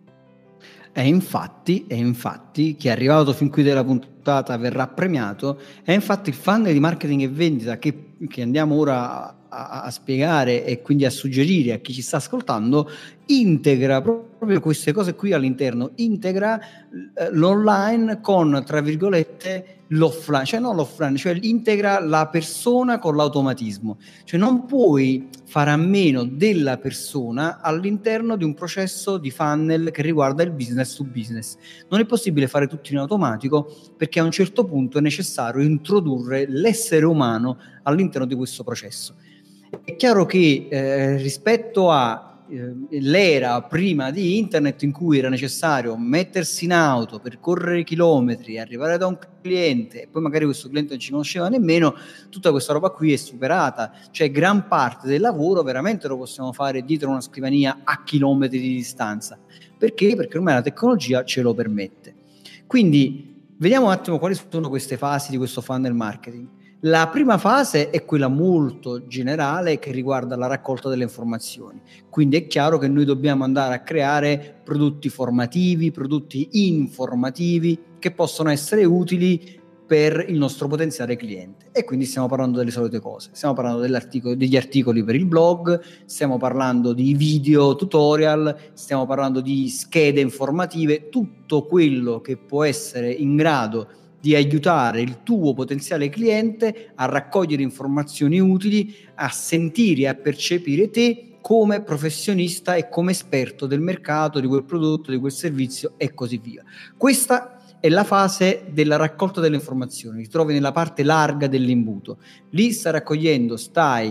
E infatti chi è arrivato fin qui della puntata verrà premiato. È infatti il funnel di marketing e vendita che andiamo ora a spiegare e quindi a suggerire a chi ci sta ascoltando, integra proprio queste cose qui all'interno, integra l'online con, tra virgolette, l'offline, cioè non l'offline, cioè integra la persona con l'automatismo, cioè non puoi fare a meno della persona all'interno di un processo di funnel che riguarda il business to business. Non è possibile fare tutto in automatico, perché a un certo punto è necessario introdurre l'essere umano all'interno di questo processo. È chiaro che rispetto a l'era prima di internet, in cui era necessario mettersi in auto, percorrere chilometri, arrivare da un cliente e poi magari questo cliente non ci conosceva nemmeno, tutta questa roba qui è superata. Cioè gran parte del lavoro veramente lo possiamo fare dietro una scrivania a chilometri di distanza. Perché? Perché ormai la tecnologia ce lo permette. Quindi vediamo un attimo quali sono queste fasi di questo funnel marketing. La prima fase è quella molto generale, che riguarda la raccolta delle informazioni. Quindi è chiaro che noi dobbiamo andare a creare prodotti formativi, prodotti informativi che possono essere utili per il nostro potenziale cliente. E quindi stiamo parlando delle solite cose. Stiamo parlando degli articoli per il blog, stiamo parlando di video tutorial, stiamo parlando di schede informative, tutto quello che può essere in grado di aiutare il tuo potenziale cliente a raccogliere informazioni utili, a sentire e a percepire te come professionista e come esperto del mercato, di quel prodotto, di quel servizio e così via. Questa è la fase della raccolta delle informazioni, ti trovi nella parte larga dell'imbuto. Lì stai raccogliendo, stai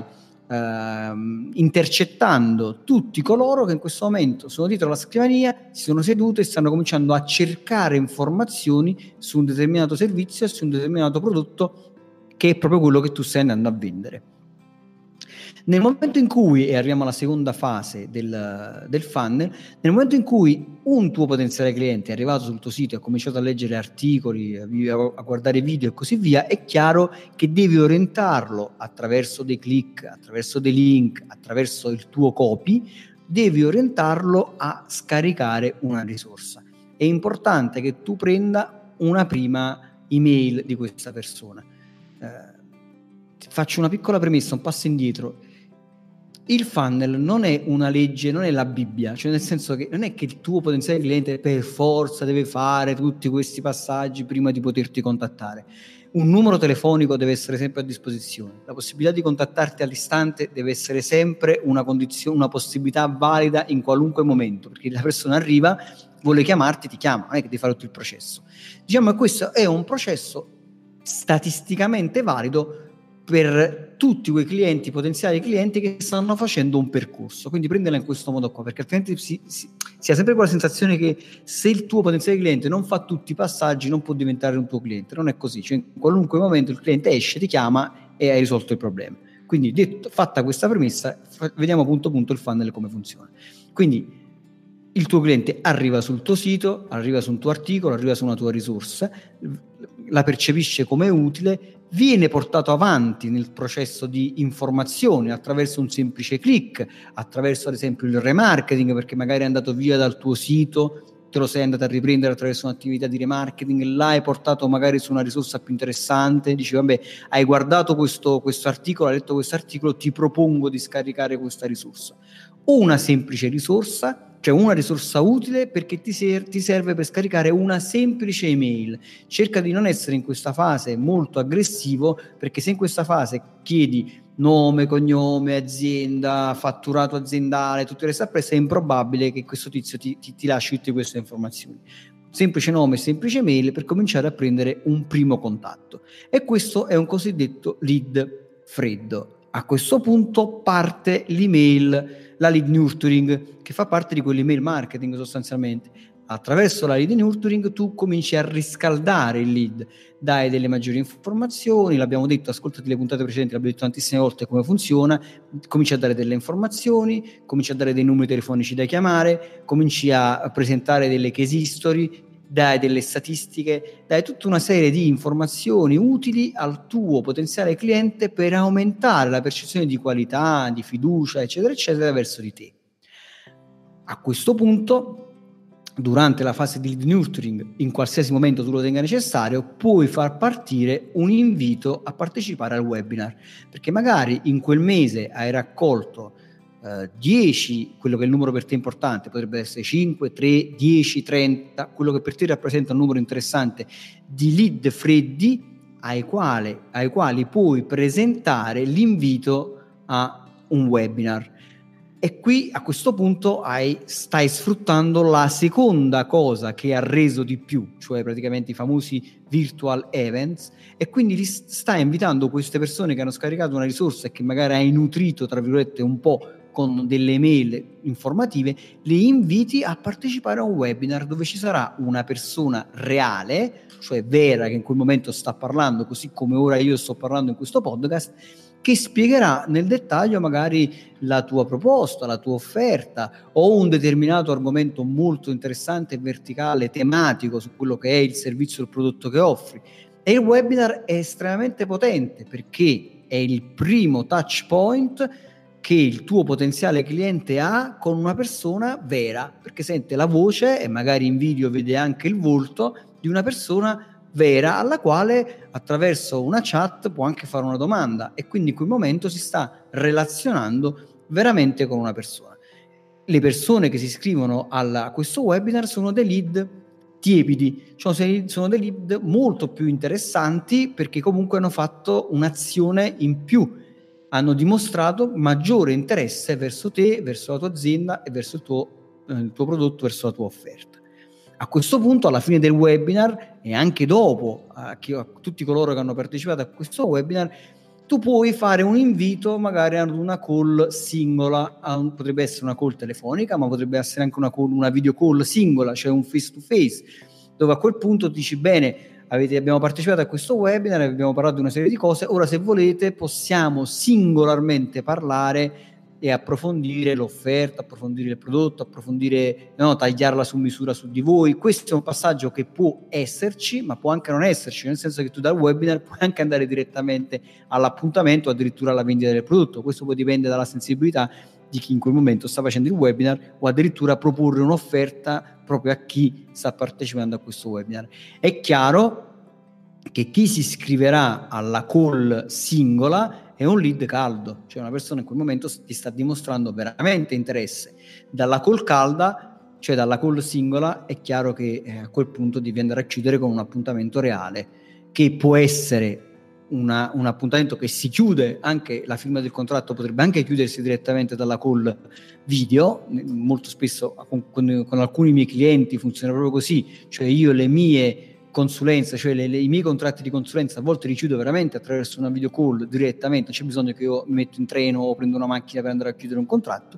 intercettando tutti coloro che in questo momento sono dietro la scrivania, si sono seduti e stanno cominciando a cercare informazioni su un determinato servizio e su un determinato prodotto, che è proprio quello che tu stai andando a vendere. Nel momento in cui, e arriviamo alla seconda fase del funnel, nel momento in cui un tuo potenziale cliente è arrivato sul tuo sito e ha cominciato a leggere articoli, a guardare video e così via, è chiaro che devi orientarlo attraverso dei click, attraverso dei link, attraverso il tuo copy, devi orientarlo a scaricare una risorsa. È importante che tu prenda una prima email di questa persona. Faccio una piccola premessa, un passo indietro. Il funnel non è una legge, non è la Bibbia, cioè nel senso che non è che il tuo potenziale cliente per forza deve fare tutti questi passaggi prima di poterti contattare. Un numero telefonico deve essere sempre a disposizione, la possibilità di contattarti all'istante deve essere sempre una condizione, una possibilità valida in qualunque momento, perché la persona arriva, vuole chiamarti, ti chiama, non è che devi fare tutto il processo. Diciamo che questo è un processo statisticamente valido per tutti quei clienti, potenziali clienti che stanno facendo un percorso. Quindi prendela in questo modo qua, perché altrimenti si ha sempre quella sensazione che se il tuo potenziale cliente non fa tutti i passaggi non può diventare un tuo cliente. Non è così, cioè in qualunque momento il cliente esce, ti chiama e hai risolto il problema. Quindi fatta questa premessa, vediamo punto punto il funnel come funziona. Quindi il tuo cliente arriva sul tuo sito, arriva su un tuo articolo, arriva su una tua risorsa, la percepisce come utile, viene portato avanti nel processo di informazione attraverso un semplice click, attraverso ad esempio il remarketing, perché magari è andato via dal tuo sito, te lo sei andato a riprendere attraverso un'attività di remarketing, l'hai portato magari su una risorsa più interessante, dici vabbè, hai guardato questo articolo, hai letto questo articolo, ti propongo di scaricare questa risorsa. Una semplice risorsa, cioè una risorsa utile perché ti serve per scaricare una semplice email. Cerca di non essere in questa fase molto aggressivo, perché se in questa fase chiedi nome, cognome, azienda, fatturato aziendale, tutto il resto appresso, è improbabile che questo tizio ti lasci tutte queste informazioni. Semplice nome, semplice mail per cominciare a prendere un primo contatto. E questo è un cosiddetto lead freddo. A questo punto parte l'email, la lead nurturing, che fa parte di quell'email marketing sostanzialmente. Attraverso la lead nurturing tu cominci a riscaldare il lead, dai delle maggiori informazioni, l'abbiamo detto, ascoltati le puntate precedenti, l'abbiamo detto tantissime volte come funziona, cominci a dare delle informazioni, cominci a dare dei numeri telefonici da chiamare, cominci a presentare delle case history, dai delle statistiche, dai tutta una serie di informazioni utili al tuo potenziale cliente per aumentare la percezione di qualità, di fiducia, eccetera, eccetera, verso di te. A questo punto, durante la fase di lead nurturing, in qualsiasi momento tu lo tenga necessario, puoi far partire un invito a partecipare al webinar, perché magari in quel mese hai raccolto 10, quello che è il numero per te importante, potrebbe essere 5, 3, 10, 30, quello che per te rappresenta un numero interessante di lead freddi ai quali puoi presentare l'invito a un webinar. E qui a questo punto stai sfruttando la seconda cosa che ha reso di più, cioè praticamente i famosi virtual events, e quindi stai invitando queste persone che hanno scaricato una risorsa e che magari hai nutrito, tra virgolette, un po' con delle mail informative, li inviti a partecipare a un webinar dove ci sarà una persona reale, cioè vera, che in quel momento sta parlando, così come ora io sto parlando in questo podcast, che spiegherà nel dettaglio magari la tua proposta, la tua offerta o un determinato argomento molto interessante, verticale, tematico su quello che è il servizio o il prodotto che offri. E il webinar è estremamente potente perché è il primo touch point che il tuo potenziale cliente ha con una persona vera, perché sente la voce e magari in video vede anche il volto di una persona vera alla quale attraverso una chat può anche fare una domanda, e quindi in quel momento si sta relazionando veramente con una persona. Le persone che si iscrivono a questo webinar sono dei lead tiepidi, cioè sono dei lead molto più interessanti perché comunque hanno fatto un'azione in più, hanno dimostrato maggiore interesse verso te, verso la tua azienda e verso il tuo prodotto, verso la tua offerta. A questo punto, alla fine del webinar e anche dopo, a tutti coloro che hanno partecipato a questo webinar, tu puoi fare un invito magari ad una call singola, potrebbe essere una call telefonica, ma potrebbe essere anche una video call singola, cioè un face to face, dove a quel punto dici: bene, abbiamo partecipato a questo webinar, abbiamo parlato di una serie di cose, ora se volete possiamo singolarmente parlare e approfondire l'offerta, approfondire il prodotto, tagliarla su misura su di voi. Questo è un passaggio che può esserci, ma può anche non esserci, nel senso che tu dal webinar puoi anche andare direttamente all'appuntamento o addirittura alla vendita del prodotto. Questo poi dipende dalla sensibilità di chi in quel momento sta facendo il webinar, o addirittura proporre un'offerta proprio a chi sta partecipando a questo webinar. È chiaro che chi si iscriverà alla call singola è un lead caldo, cioè una persona in quel momento ti sta dimostrando veramente interesse. Dalla call calda, cioè dalla call singola, è chiaro che a quel punto devi andare a chiudere con un appuntamento reale, che può essere un appuntamento che si chiude, anche la firma del contratto potrebbe anche chiudersi direttamente dalla call video. Molto spesso con alcuni miei clienti funziona proprio così, cioè io le mie consulenza, cioè i miei contratti di consulenza a volte li chiudo veramente attraverso una video call direttamente, c'è bisogno che io mi metto in treno o prendo una macchina per andare a chiudere un contratto,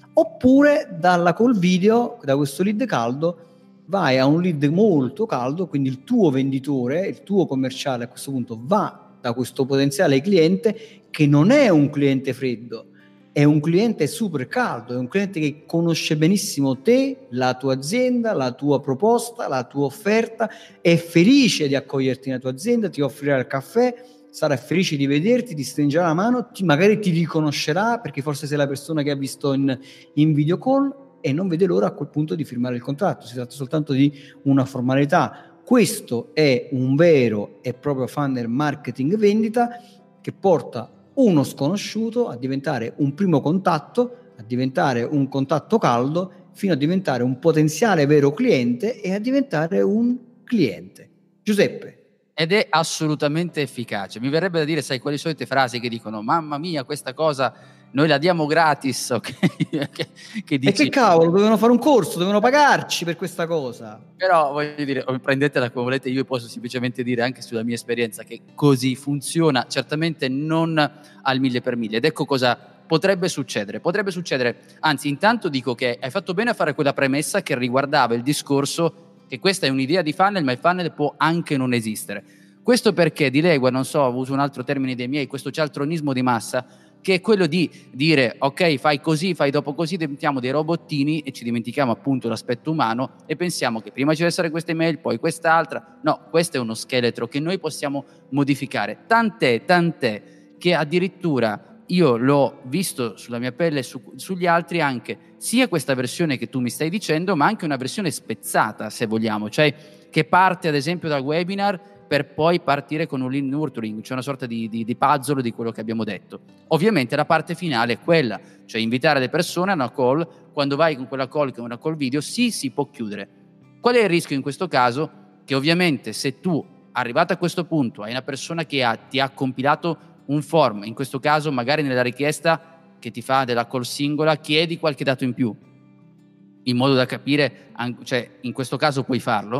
oppure dalla call video, da questo lead caldo, vai a un lead molto caldo, quindi il tuo venditore, il tuo commerciale a questo punto va da questo potenziale cliente che non è un cliente freddo, è un cliente super caldo, è un cliente che conosce benissimo te, la tua azienda, la tua proposta, la tua offerta, è felice di accoglierti nella tua azienda, ti offrirà il caffè, sarà felice di vederti, ti stringerà la mano, magari ti riconoscerà perché forse sei la persona che ha visto in video call, e non vede l'ora a quel punto di firmare il contratto. Si tratta soltanto di una formalità. Questo è un vero e proprio funnel marketing vendita che porta uno sconosciuto a diventare un primo contatto, a diventare un contatto caldo, fino a diventare un potenziale vero cliente e a diventare un cliente. Giuseppe. Ed è assolutamente efficace. Mi verrebbe da dire, sai, quelle solite frasi che dicono: mamma mia, questa cosa noi la diamo gratis, ok? che dici, e che cavolo, dovevano fare un corso, dovevano pagarci per questa cosa. Però voglio dire, prendetela come volete, io posso semplicemente dire anche sulla mia esperienza che così funziona, certamente non al 1000%. Ed ecco cosa potrebbe succedere, anzi intanto dico che hai fatto bene a fare quella premessa che riguardava il discorso che questa è un'idea di funnel, ma il funnel può anche non esistere. Questo perché dilegua, non so, uso un altro termine dei miei, questo cialtronismo di massa, che è quello di dire: ok, fai così, fai dopo così, diventiamo dei robottini e ci dimentichiamo appunto l'aspetto umano e pensiamo che prima ci deve essere questa email, poi quest'altra. No, questo è uno scheletro che noi possiamo modificare. Tant'è che addirittura io l'ho visto sulla mia pelle, sugli altri anche, sia questa versione che tu mi stai dicendo, ma anche una versione spezzata, se vogliamo, cioè che parte ad esempio dal webinar per poi partire con un lead nurturing, cioè una sorta di puzzle di quello che abbiamo detto. Ovviamente la parte finale è quella, cioè invitare le persone a una call. Quando vai con quella call, che è una call video, sì, si può chiudere. Qual è il rischio in questo caso? Che ovviamente se tu, arrivato a questo punto, hai una persona che ti ha compilato un form, in questo caso magari nella richiesta che ti fa della call singola chiedi qualche dato in più, in modo da capire, cioè in questo caso puoi farlo,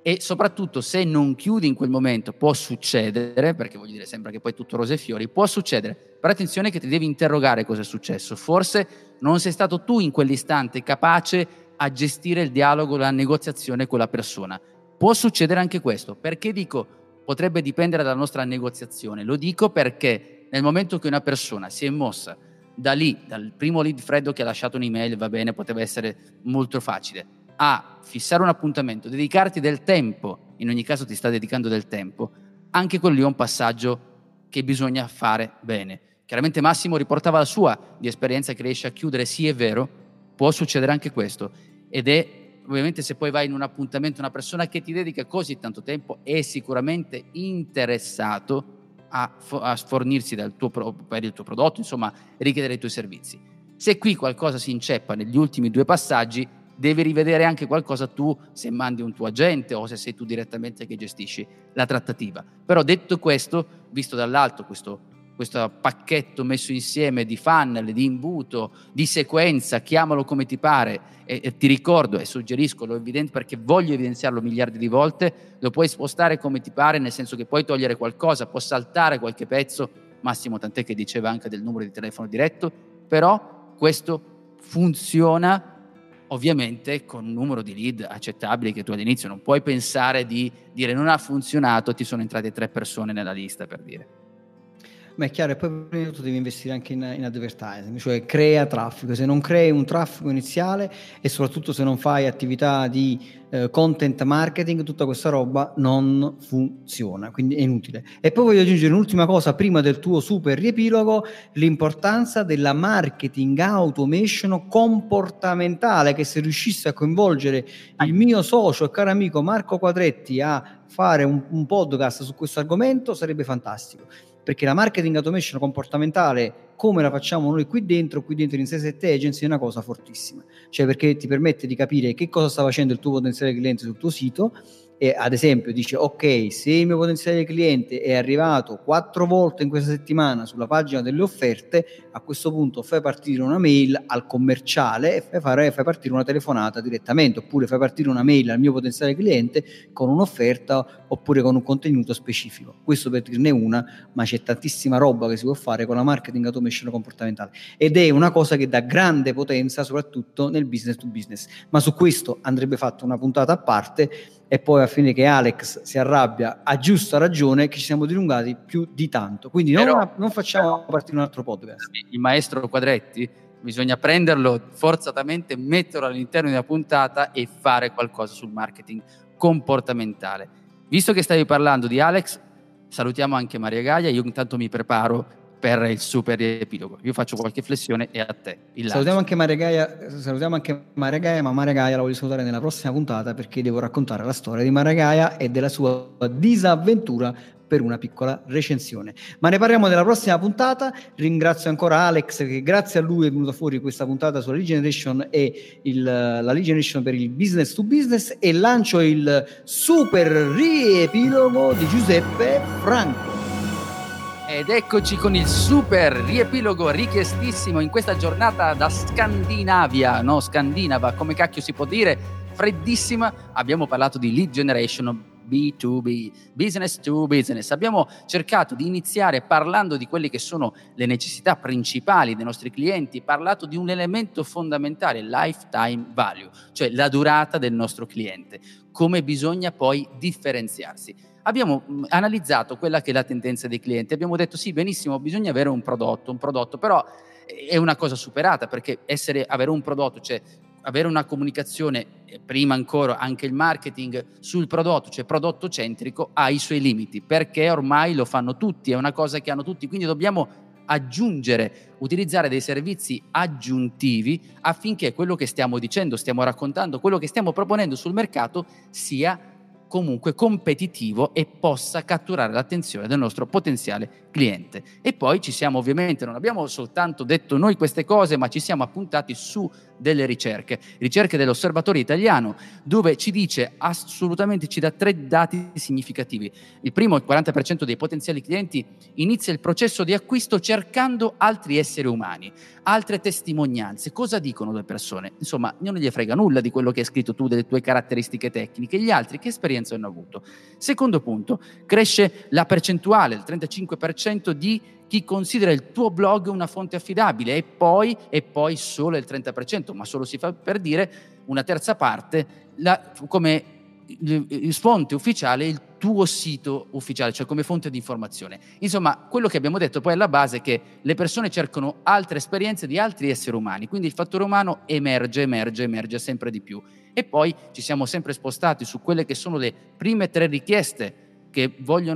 E soprattutto se non chiudi in quel momento, può succedere, perché voglio dire sembra che poi tutto rose e fiori, può succedere, però attenzione che ti devi interrogare cosa è successo, forse non sei stato tu in quell'istante capace a gestire il dialogo, la negoziazione con la persona. Può succedere anche questo. Perché dico potrebbe dipendere dalla nostra negoziazione? Lo dico perché nel momento che una persona si è mossa da lì, dal primo lead freddo che ha lasciato un'email, va bene, poteva essere molto facile, a fissare un appuntamento, dedicarti del tempo, in ogni caso ti sta dedicando del tempo, anche quello lì è un passaggio che bisogna fare bene. Chiaramente Massimo riportava la sua di esperienza che riesce a chiudere, sì è vero, può succedere anche questo, ed è ovviamente se poi vai in un appuntamento una persona che ti dedica così tanto tempo è sicuramente interessato a fornirsi per il tuo prodotto, insomma richiedere i tuoi servizi. Se qui qualcosa si inceppa negli ultimi 2 passaggi, devi rivedere anche qualcosa tu, se mandi un tuo agente o se sei tu direttamente che gestisci la trattativa. Però detto questo, visto dall'alto questo pacchetto messo insieme di funnel, di imbuto, di sequenza, chiamalo come ti pare, e ti ricordo e suggerisco, lo evidenzio perché voglio evidenziarlo miliardi di volte, lo puoi spostare come ti pare, nel senso che puoi togliere qualcosa, può saltare qualche pezzo, Massimo tant'è che diceva anche del numero di telefono diretto, però questo funziona ovviamente con un numero di lead accettabili che tu all'inizio non puoi pensare di dire non ha funzionato, ti sono entrate 3 persone nella lista, per dire. Ma è chiaro, e poi prima di tutto devi investire anche in advertising, cioè crea traffico. Se non crei un traffico iniziale e soprattutto se non fai attività di content marketing, tutta questa roba non funziona, quindi è inutile. E poi voglio aggiungere un'ultima cosa prima del tuo super riepilogo: l'importanza della marketing automation comportamentale, che se riuscisse a coinvolgere il mio socio e caro amico Marco Quadretti a fare un podcast su questo argomento sarebbe fantastico. Perché la marketing automation comportamentale, come la facciamo noi qui dentro in 67 Agency, è una cosa fortissima. Cioè, perché ti permette di capire che cosa sta facendo il tuo potenziale cliente sul tuo sito, e ad esempio dice: ok, se il mio potenziale cliente è arrivato 4 volte in questa settimana sulla pagina delle offerte, a questo punto fai partire una mail al commerciale e fai partire una telefonata direttamente, oppure fai partire una mail al mio potenziale cliente con un'offerta oppure con un contenuto specifico. Questo per dirne una, ma c'è tantissima roba che si può fare con la marketing automation comportamentale, ed è una cosa che dà grande potenza soprattutto nel business to business. Ma su questo andrebbe fatta una puntata a parte, e poi a fine che Alex si arrabbia a giusta ragione che ci siamo dilungati più di tanto, quindi non facciamo partire un altro podcast. Il maestro Quadretti bisogna prenderlo forzatamente, metterlo all'interno di una puntata e fare qualcosa sul marketing comportamentale. Visto che stavi parlando di Alex, salutiamo anche Maria Gaia. Io intanto mi preparo per il super riepilogo. Io faccio qualche flessione e a te salutiamo anche Maria Gaia, ma Maria Gaia la voglio salutare nella prossima puntata, perché devo raccontare la storia di Maria Gaia e della sua disavventura per una piccola recensione, ma ne parliamo nella prossima puntata. Ringrazio ancora Alex, che grazie a lui è venuta fuori questa puntata sulla lead generation e la lead generation per il business to business, e lancio il super riepilogo di Giuseppe Franco. Ed eccoci con il super riepilogo richiestissimo in questa giornata da Scandinavia, no, scandinava, come cacchio si può dire, freddissima. Abbiamo parlato di lead generation B2B, business to business. Abbiamo cercato di iniziare parlando di quelle che sono le necessità principali dei nostri clienti, parlato di un elemento fondamentale, lifetime value, cioè la durata del nostro cliente, come bisogna poi differenziarsi. Abbiamo analizzato quella che è la tendenza dei clienti, abbiamo detto sì, benissimo, bisogna avere un prodotto, però è una cosa superata, perché avere un prodotto, cioè avere una comunicazione, prima ancora anche il marketing sul prodotto, cioè prodotto centrico, ha i suoi limiti, perché ormai lo fanno tutti, è una cosa che hanno tutti, quindi dobbiamo utilizzare dei servizi aggiuntivi affinché quello che stiamo dicendo, stiamo raccontando, quello che stiamo proponendo sul mercato sia comunque competitivo e possa catturare l'attenzione del nostro potenziale cliente. E poi non abbiamo soltanto detto noi queste cose, ma ci siamo appuntati su delle ricerche dell'Osservatorio Italiano, dove ci dà 3 dati significativi. Il primo, il 40% dei potenziali clienti inizia il processo di acquisto cercando altri esseri umani, altre testimonianze. Cosa dicono le persone? Insomma, non gli frega nulla di quello che hai scritto tu, delle tue caratteristiche tecniche. Gli altri che esperienza esperienza hanno avuto. Secondo punto, cresce la percentuale, il 35% di chi considera il tuo blog una fonte affidabile e poi solo il 30%, ma solo si fa per dire una terza parte come fonte ufficiale il tuo sito ufficiale, cioè come fonte di informazione. Insomma, quello che abbiamo detto poi alla base è che le persone cercano altre esperienze di altri esseri umani, quindi il fattore umano emerge sempre di più. E poi ci siamo sempre spostati su quelle che sono le prime 3 richieste che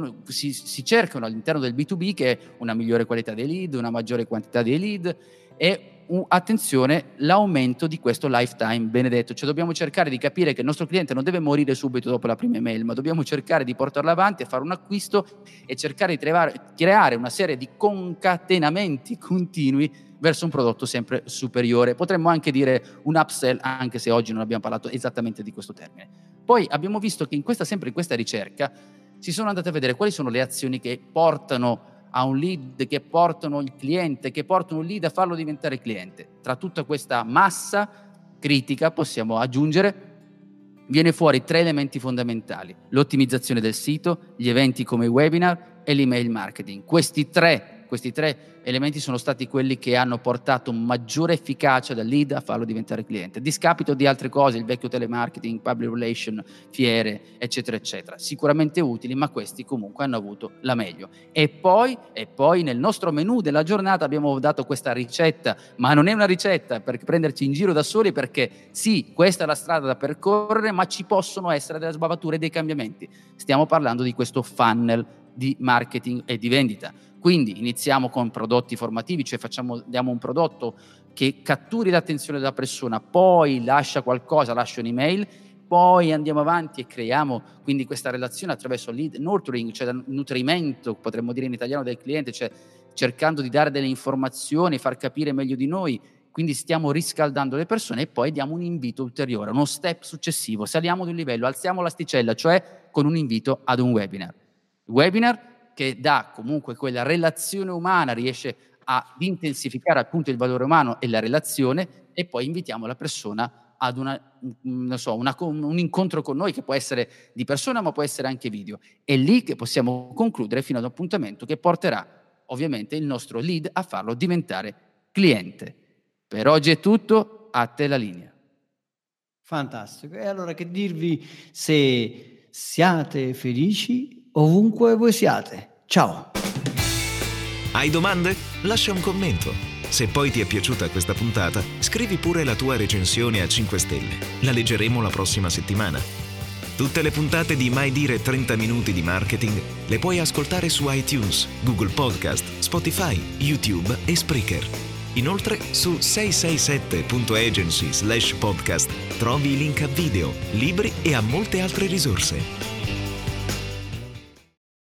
si cercano all'interno del B2B, che è una migliore qualità dei lead, una maggiore quantità dei lead e attenzione, l'aumento di questo lifetime benedetto, cioè dobbiamo cercare di capire che il nostro cliente non deve morire subito dopo la prima email, ma dobbiamo cercare di portarlo avanti a fare un acquisto e cercare di creare una serie di concatenamenti continui verso un prodotto sempre superiore. Potremmo anche dire un upsell, anche se oggi non abbiamo parlato esattamente di questo termine. Poi abbiamo visto che sempre in questa ricerca si sono andate a vedere quali sono le azioni che portano a un lead, che portano il cliente, che portano un lead a farlo diventare cliente. Tra tutta questa massa critica possiamo aggiungere, viene fuori 3 elementi fondamentali: l'ottimizzazione del sito, gli eventi come i webinar e l'email marketing. Questi tre elementi sono stati quelli che hanno portato maggiore efficacia dal lead a farlo diventare cliente, a discapito di altre cose, il vecchio telemarketing, public relation, fiere, eccetera, eccetera. Sicuramente utili, ma questi comunque hanno avuto la meglio. E poi nel nostro menù della giornata abbiamo dato questa ricetta, ma non è una ricetta per prenderci in giro da soli, perché sì, questa è la strada da percorrere, ma ci possono essere delle sbavature e dei cambiamenti. Stiamo parlando di questo funnel di marketing e di vendita. Quindi iniziamo con prodotti formativi, cioè diamo un prodotto che catturi l'attenzione della persona, poi lascia un'email, poi andiamo avanti e creiamo quindi questa relazione attraverso lead nurturing, cioè nutrimento, potremmo dire in italiano, del cliente, cioè cercando di dare delle informazioni, far capire meglio di noi. Quindi stiamo riscaldando le persone e poi diamo un invito ulteriore, uno step successivo, saliamo di un livello, alziamo l'asticella, cioè con un invito ad un webinar. Webinar che dà comunque quella relazione umana, riesce ad intensificare appunto il valore umano e la relazione, e poi invitiamo la persona ad un incontro con noi, che può essere di persona ma può essere anche video. È lì che possiamo concludere fino ad un appuntamento che porterà ovviamente il nostro lead a farlo diventare cliente. Per oggi è tutto, a te la linea. Fantastico. E allora che dirvi, se siate felici ovunque voi siate. Ciao! Hai domande? Lascia un commento. Se poi ti è piaciuta questa puntata, scrivi pure la tua recensione a 5 stelle. La leggeremo la prossima settimana. Tutte le puntate di Mai Dire 30 Minuti di Marketing le puoi ascoltare su iTunes, Google Podcast, Spotify, YouTube e Spreaker. Inoltre su 667.agency/podcast trovi i link a video, libri e a molte altre risorse.